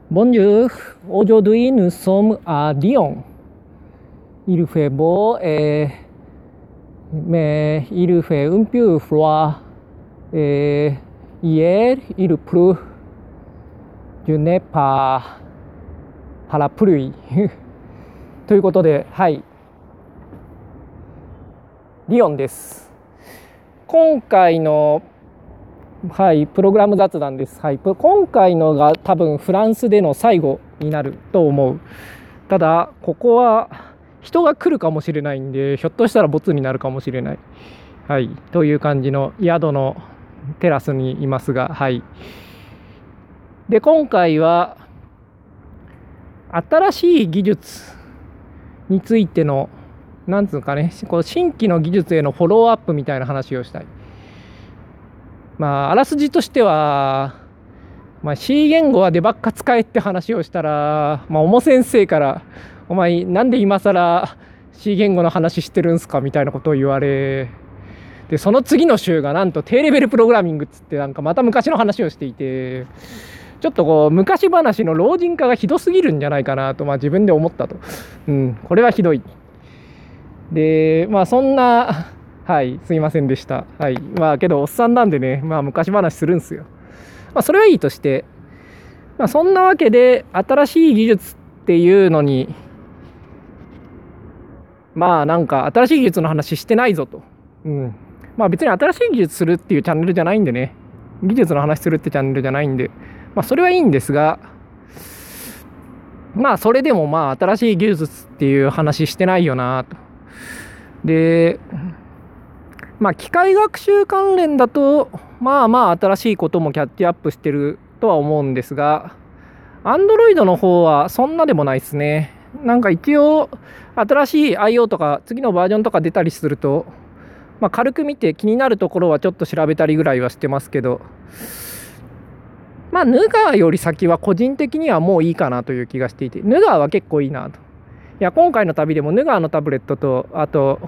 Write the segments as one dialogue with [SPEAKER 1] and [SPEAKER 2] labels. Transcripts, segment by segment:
[SPEAKER 1] Bonjour, aujourd'hui nous sommes à Lyon. Il fait beau, mais il fait un peu froid. Hier, il pleut. Je n'ai pas parapluie. ということで、はい。リヨンです。今回のプログラム雑談です。今回のが多分フランスでの最後になると思う。ただここは人が来るかもしれないんで、ひょっとしたらボツになるかもしれない。という感じの宿のテラスにいますが、で今回は新しい技術についてのなんつうかね、こう新規の技術へのフォローアップみたいな話をしたい。あらすじとしては、C 言語はデバッカ使えって話をしたら、おも先生からお前なんで今更 C 言語の話してるんすかみたいなことを言われ、でその次の週がなんと低レベルプログラミングっつって、なんかまた昔の話をしていて、ちょっとこう昔話の老人化がひどすぎるんじゃないかなと、自分で思ったと。これはひどい。でそんなすいませんでした。けどおっさんなんでね、昔話するんすよ。それはいいとして、そんなわけで新しい技術っていうのになんか新しい技術の話してないぞと。別に新しい技術するっていうチャンネルじゃないんでね、技術の話するってチャンネルじゃないんで、それはいいんですが、それでも新しい技術っていう話してないよなと。で機械学習関連だと新しいこともキャッチアップしてるとは思うんですが、Android の方はそんなでもないですね。なんか一応新しい IO とか次のバージョンとか出たりすると、軽く見て気になるところはちょっと調べたりぐらいはしてますけど、Nougat より先は個人的にはもういいかなという気がしていて、Nougat は結構いいなと。今回の旅でもNougatのタブレットと、あと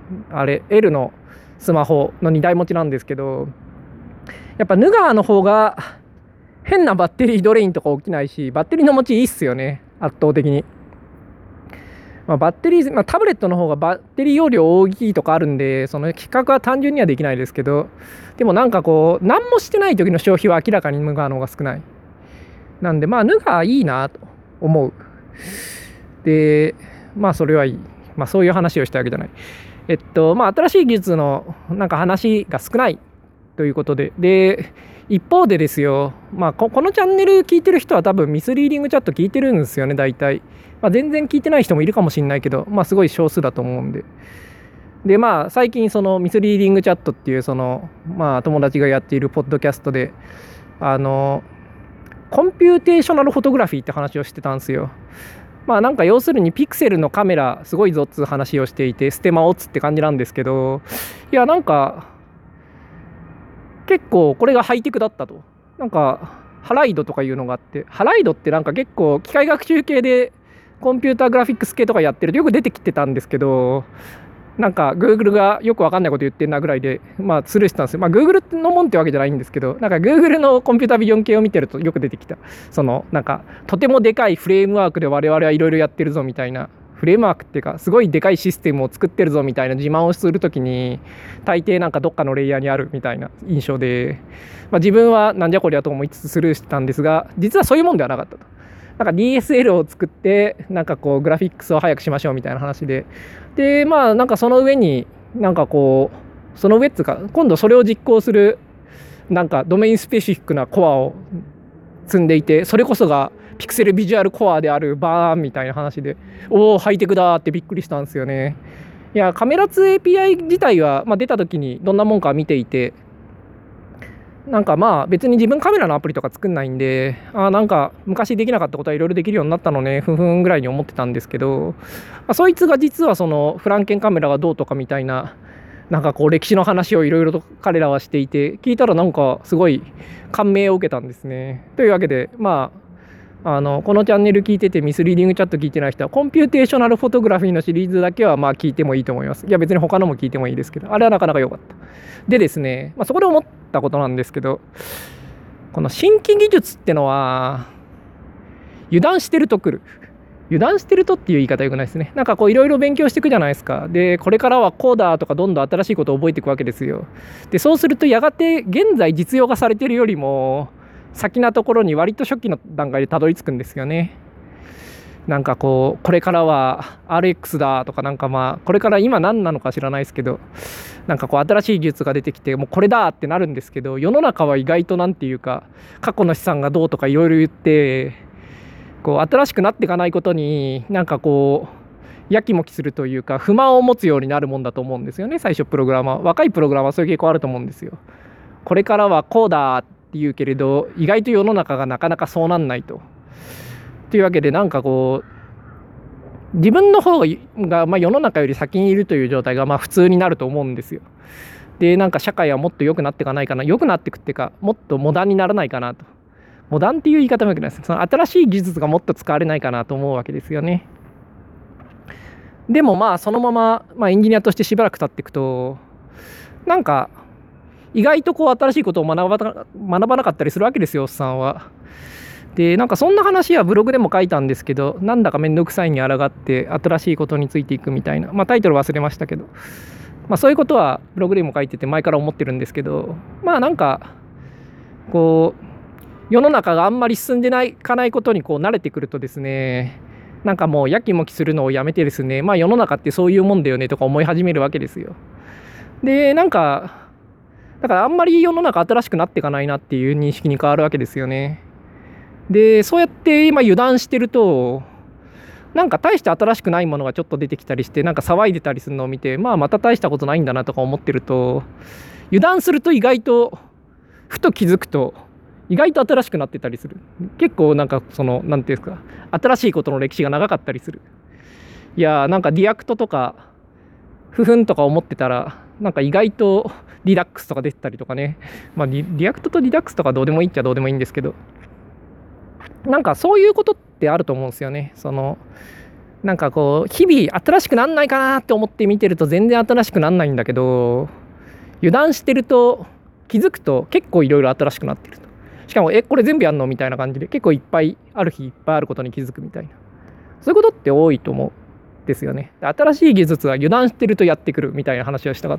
[SPEAKER 1] L のスマホの2台持ちなんですけど、やっぱNougatの方が変なバッテリードレインとか起きないし、バッテリーの持ちいいっすよね、圧倒的に。バッテリー、タブレットの方がバッテリー容量大きいとかあるんで、その比較は単純にはできないですけど、でもなんかこう何もしてない時の消費は明らかにNougatの方が少ない。なんでNougatいいなと思う。でそれはいい。そういう話をしたわけじゃない。新しい技術のなんか話が少ないということで、一方でですよ、このチャンネル聞いてる人は多分ミスリーディングチャット聞いてるんですよね、大体。全然聞いてない人もいるかもしれないけど、すごい少数だと思うんで。で最近そのミスリーディングチャットっていうその友達がやっているポッドキャストでコンピューテーショナルフォトグラフィーって話をしてたんですよ。なんか要するにピクセルのカメラすごいぞっつう話をしていて、ステマオツって感じなんですけど、なんか結構これがハイテクだったと。なんかハライドとかいうのがあって、ハライドってなんか結構機械学習系でコンピューターグラフィックス系とかやってるとよく出てきてたんですけど、なんか Google がよくわかんないこと言ってんなぐらいでスルーしてたんですよ。Google のもんってわけじゃないんですけど、なんか Google のコンピュータービジョン系を見てるとよく出てきた、そのなんかとてもでかいフレームワークで我々はいろいろやってるぞみたいな、フレームワークっていうかすごいでかいシステムを作ってるぞみたいな自慢をするときに大抵なんかどっかのレイヤーにあるみたいな印象で、自分はなんじゃこりゃと思いつつスルーしてたんですが、実はそういうもんではなかったと。なんか DSL を作ってなんかこうグラフィックスを早くしましょうみたいな話で、なんかその上になんかこうその上っていうか、今度それを実行するなんかドメインスペシフィックなコアを積んでいて、それこそがピクセルビジュアルコアであるバーンみたいな話で、おおハイテクだってびっくりしたんですよね。カメラ2 API 自体は出た時にどんなもんか見ていて、なんか別に自分カメラのアプリとか作んないんで、なんか昔できなかったことはいろいろできるようになったのねふんふんぐらいに思ってたんですけど、そいつが実はそのフランケンカメラがどうとかみたいな、なんかこう歴史の話をいろいろと彼らはしていて、聞いたらなんかすごい感銘を受けたんですね。というわけでこのチャンネル聞いててミスリーディングチャット聞いてない人はコンピューテーショナルフォトグラフィーのシリーズだけは聞いてもいいと思います。いや別に他のも聞いてもいいですけど、あれはなかなか良かった。でですね、そこで思ったことなんですけど、この新規技術ってのは油断してると来る。油断してるとっていう言い方よくないですね。なんかこういろいろ勉強していくじゃないですか。でこれからはこうだとかどんどん新しいことを覚えていくわけですよ。でそうするとやがて現在実用化されているよりも先なところに割と初期の段階でたどり着くんですよね。なんかこうこれからは RX だとか、なんかまあこれから今何なのか知らないですけど、なんかこう新しい技術が出てきてもうこれだってなるんですけど、世の中は意外となんていうか過去の資産がどうとかいろいろ言ってこう新しくなっていかないことになんかこうやきもきするというか不満を持つようになるもんだと思うんですよね。最初プログラマー、若いプログラマーはそういう傾向あると思うんですよ。これからはこうだって言うけれど意外と世の中がなかなかそうなんないと。というわけでなんかこう自分の方がまあ世の中より先にいるという状態がまあ普通になると思うんですよ。でなんか社会はもっと良くなっていかないかな、良くなっていくっていうかもっとモダンにならないかなと。モダンっていう言い方もよくないです。その新しい技術がもっと使われないかなと思うわけですよね。でもまあそのまま、エンジニアとしてしばらく経っていくとなんか意外とこう新しいことを学ばなかったりするわけですよ、おっさんは。でなんかそんな話はブログでも書いたんですけど、なんだか面倒くさいに抗って新しいことについていくみたいな、タイトル忘れましたけど、そういうことはブログでも書いてて前から思ってるんですけど、なんかこう世の中があんまり進んでいかないことにこう慣れてくるとですね、なんかもうやきもきするのをやめてですね、世の中ってそういうもんだよねとか思い始めるわけですよ。でなんかだからあんまり世の中新しくなっていかないなっていう認識に変わるわけですよね。でそうやって今油断してるとなんか大して新しくないものがちょっと出てきたりしてなんか騒いでたりするのを見て、また大したことないんだなとか思ってると、油断すると意外とふと気づくと意外と新しくなってたりする。結構なんかそのなんていうんですか、新しいことの歴史が長かったりする。いやなんかディアクトとか不憤とか思ってたらなんか意外とリダックスとか出てたりとかね、リアクトとリダックスとかどうでもいいっちゃどうでもいいんですけど、なんかそういうことってあると思うんですよね。そのなんかこう日々新しくなんないかなって思って見てると全然新しくなんないんだけど、油断してると気づくと結構いろいろ新しくなってると。しかもこれ全部やんのみたいな感じで結構いっぱいある日いっぱいあることに気づくみたいな、そういうことって多いと思うんですよね。新しい技術は油断してるとやってくるみたいな話をしたかった。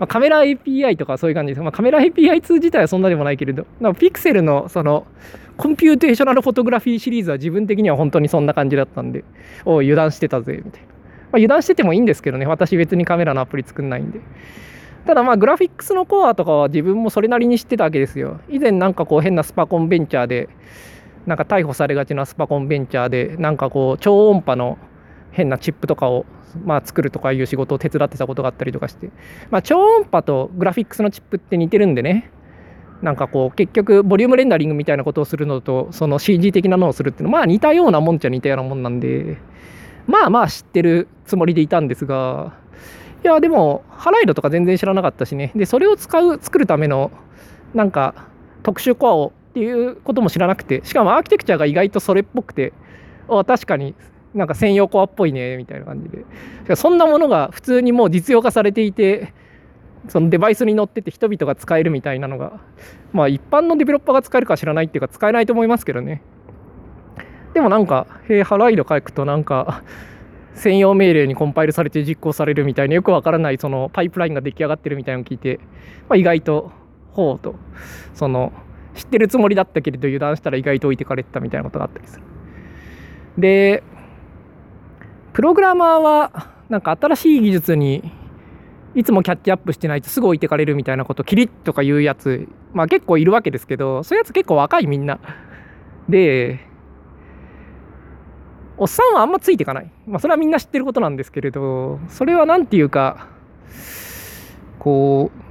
[SPEAKER 1] カメラ API とかそういう感じです。カメラ API2 自体はそんなでもないけれど、ピクセルのそのコンピューテーショナルフォトグラフィーシリーズは自分的には本当にそんな感じだったんで、油断してたぜみたいな。油断しててもいいんですけどね、私別にカメラのアプリ作んないんで。ただグラフィックスのコアとかは自分もそれなりに知ってたわけですよ。以前なんかこう変なスパコンベンチャーで、なんか逮捕されがちなスパコンベンチャーで、なんかこう超音波の変なチップとかを作るとかいう仕事を手伝ってたことがあったりとかして、超音波とグラフィックスのチップって似てるんでね、なんかこう結局ボリュームレンダリングみたいなことをするのとその CG 的なのをするっていうの似たようなもんっちゃ似たようなもんなんで、知ってるつもりでいたんですが、いやでもハライドとか全然知らなかったしね。でそれを作るためのなんか特殊コアをっていうことも知らなくて、しかもアーキテクチャが意外とそれっぽくて、確かになんか専用コアっぽいねみたいな感じで、そんなものが普通にもう実用化されていて、そのデバイスに乗ってて人々が使えるみたいなのが、一般のデベロッパーが使えるか知らないっていうか使えないと思いますけどね。でもなんかハライド書くとなんか専用命令にコンパイルされて実行されるみたいなよくわからないそのパイプラインが出来上がってるみたいなのを聞いて、意外とほうと、その知ってるつもりだったけれど油断したら意外と置いてかれてたみたいなことがあったりする。でプログラマーはなんか新しい技術にいつもキャッチアップしてないとすぐ置いてかれるみたいなことキリッとか言うやつ、結構いるわけですけど、そういうやつ結構若いみんなで、おっさんはあんまついていかない。それはみんな知ってることなんですけれど、それはなんていうかこ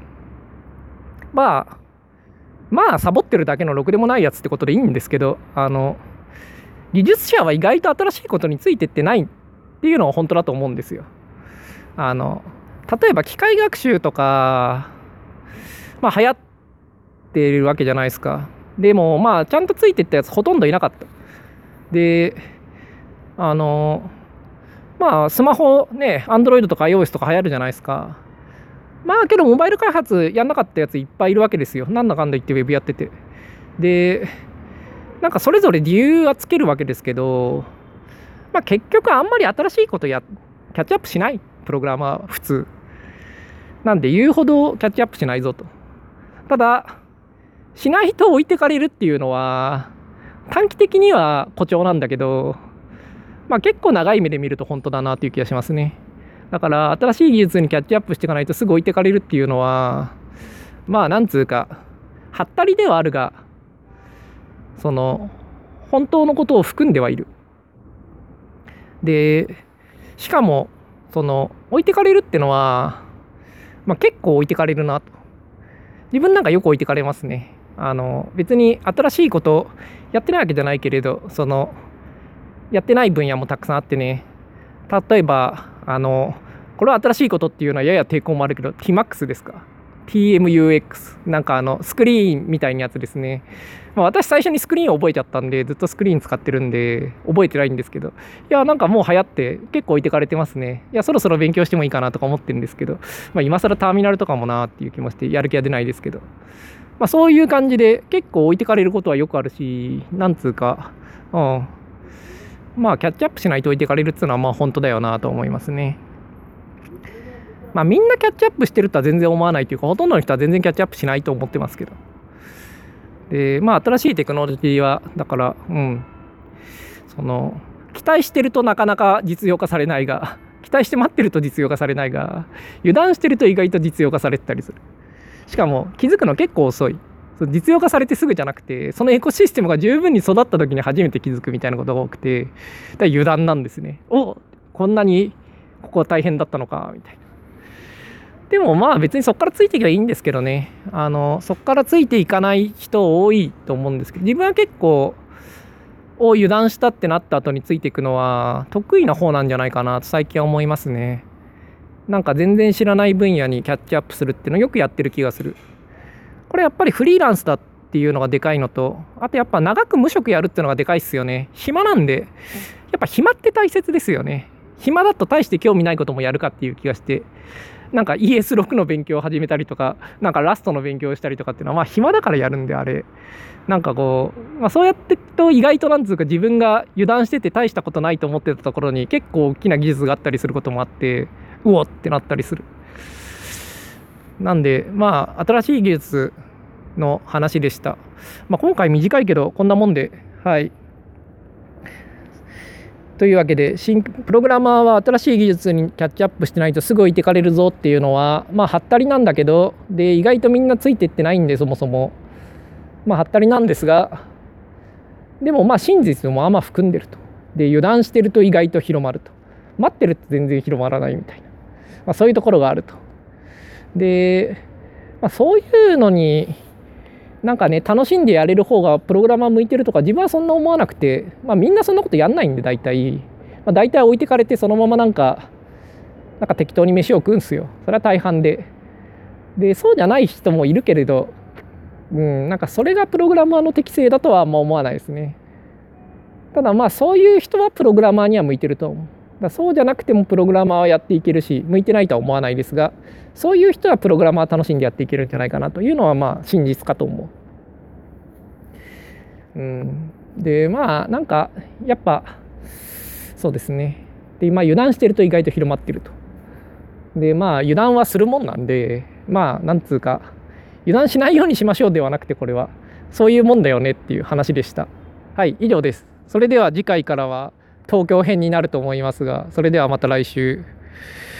[SPEAKER 1] うサボってるだけのろくでもないやつってことでいいんですけど、技術者は意外と新しいことについてってないっていうのは本当だと思うんですよ。例えば機械学習とか流行ってるわけじゃないですか。でもちゃんとついてったやつほとんどいなかった。でスマホね、Android とか iOS とか流行るじゃないですか。けどモバイル開発やんなかったやついっぱいいるわけですよ。なんだかんだ言ってウェブやってて。でなんかそれぞれ理由はつけるわけですけど、まあ、結局あんまり新しいことキャッチアップしないプログラマー普通なんで、言うほどキャッチアップしないぞと。ただしないと置いてかれるっていうのは短期的には誇張なんだけど、まあ、結構長い目で見ると本当だなという気がしますね。だから新しい技術にキャッチアップしていかないとすぐ置いてかれるっていうのは、まあなんつうかはったりではあるが、その本当のことを含んではいる。でしかもその置いてかれるってのは、まあ、結構置いてかれるなと。自分なんかよく置いてかれますね。別に新しいことやってないわけじゃないけれど、そのやってない分野もたくさんあってね。例えばこれは新しいことっていうのはやや抵抗もあるけど TMUX ですか。 TMUX なんかスクリーンみたいなやつですね。まあ、私最初にスクリーンを覚えちゃったんでずっとスクリーン使ってるんで覚えてないんですけど、いやなんかもう流行って結構置いてかれてますね。いやそろそろ勉強してもいいかなとか思ってるんですけど、まあ、今更ターミナルとかもなっていう気もしてやる気は出ないですけど、まあ、そういう感じで結構置いてかれることはよくあるし、なんつうか、まあキャッチアップしないと置いてかれるっていうのはまあ本当だよなと思いますね。まあみんなキャッチアップしてるとは全然思わないというか、ほとんどの人は全然キャッチアップしないと思ってますけど。でまあ新しいテクノロジーはだからその期待してるとなかなか実用化されないが、期待して待ってると実用化されないが、油断してると意外と実用化されてたりする。しかも気づくの結構遅い。実用化されてすぐじゃなくて、そのエコシステムが十分に育った時に初めて気づくみたいなことが多くて、だから油断なんですね。こんなにここ大変だったのかみたいな。でもまあ別にそこからついていけばいいんですけどね。そこからついていかない人多いと思うんですけど、自分は結構油断したってなった後についていくのは得意な方なんじゃないかなと最近は思いますね。なんか全然知らない分野にキャッチアップするっていうのをよくやってる気がする。これやっぱりフリーランスだっていうのがでかいのと、あとやっぱ長く無職やるっていうのがでかいっすよね。暇なんで、やっぱ暇って大切ですよね。暇だと大して興味ないこともやるかっていう気がして、なんか ES6 の勉強を始めたりとか、なんかラストの勉強をしたりとかっていうのはまあ暇だからやるんで、あれなんかこう、まあ、そうやっていくと意外となんつうか自分が油断してて大したことないと思ってたところに結構大きな技術があったりすることもあって、うおってなったりする。なんでまあ新しい技術の話でした。まあ、今回短いけどこんなもんで、はい。というわけで、プログラマーは新しい技術にキャッチアップしてないとすぐ置いてかれるぞっていうのはまあはったりなんだけど、で意外とみんなついていってないんで、そもそもまあはったりなんですが、でもまあ真実もあんま含んでると。で油断してると意外と広まると。待ってると全然広まらないみたいな、まあ、そういうところがあると。で、まあ、そういうのになんかね楽しんでやれる方がプログラマー向いてるとか自分はそんな思わなくて、まあ、みんなそんなことやんないんで大体置いてかれてそのままなんか適当に飯を食うんすよ。それは大半でそうじゃない人もいるけれど、なんかそれがプログラマーの適性だとはあんま思わないですね。ただまあそういう人はプログラマーには向いてると思う。そうじゃなくてもプログラマーはやっていけるし、向いてないとは思わないですが、そういう人はプログラマー楽しんでやっていけるんじゃないかなというのはまあ真実かと思う。でまあなんかやっぱそうですね。でまあ油断してると意外と広まってると。でまあ油断はするもんなんで、まあなんつうか油断しないようにしましょうではなくて、これはそういうもんだよねっていう話でした。はい、以上です。それでは次回からは東京編になると思いますが、それではまた来週。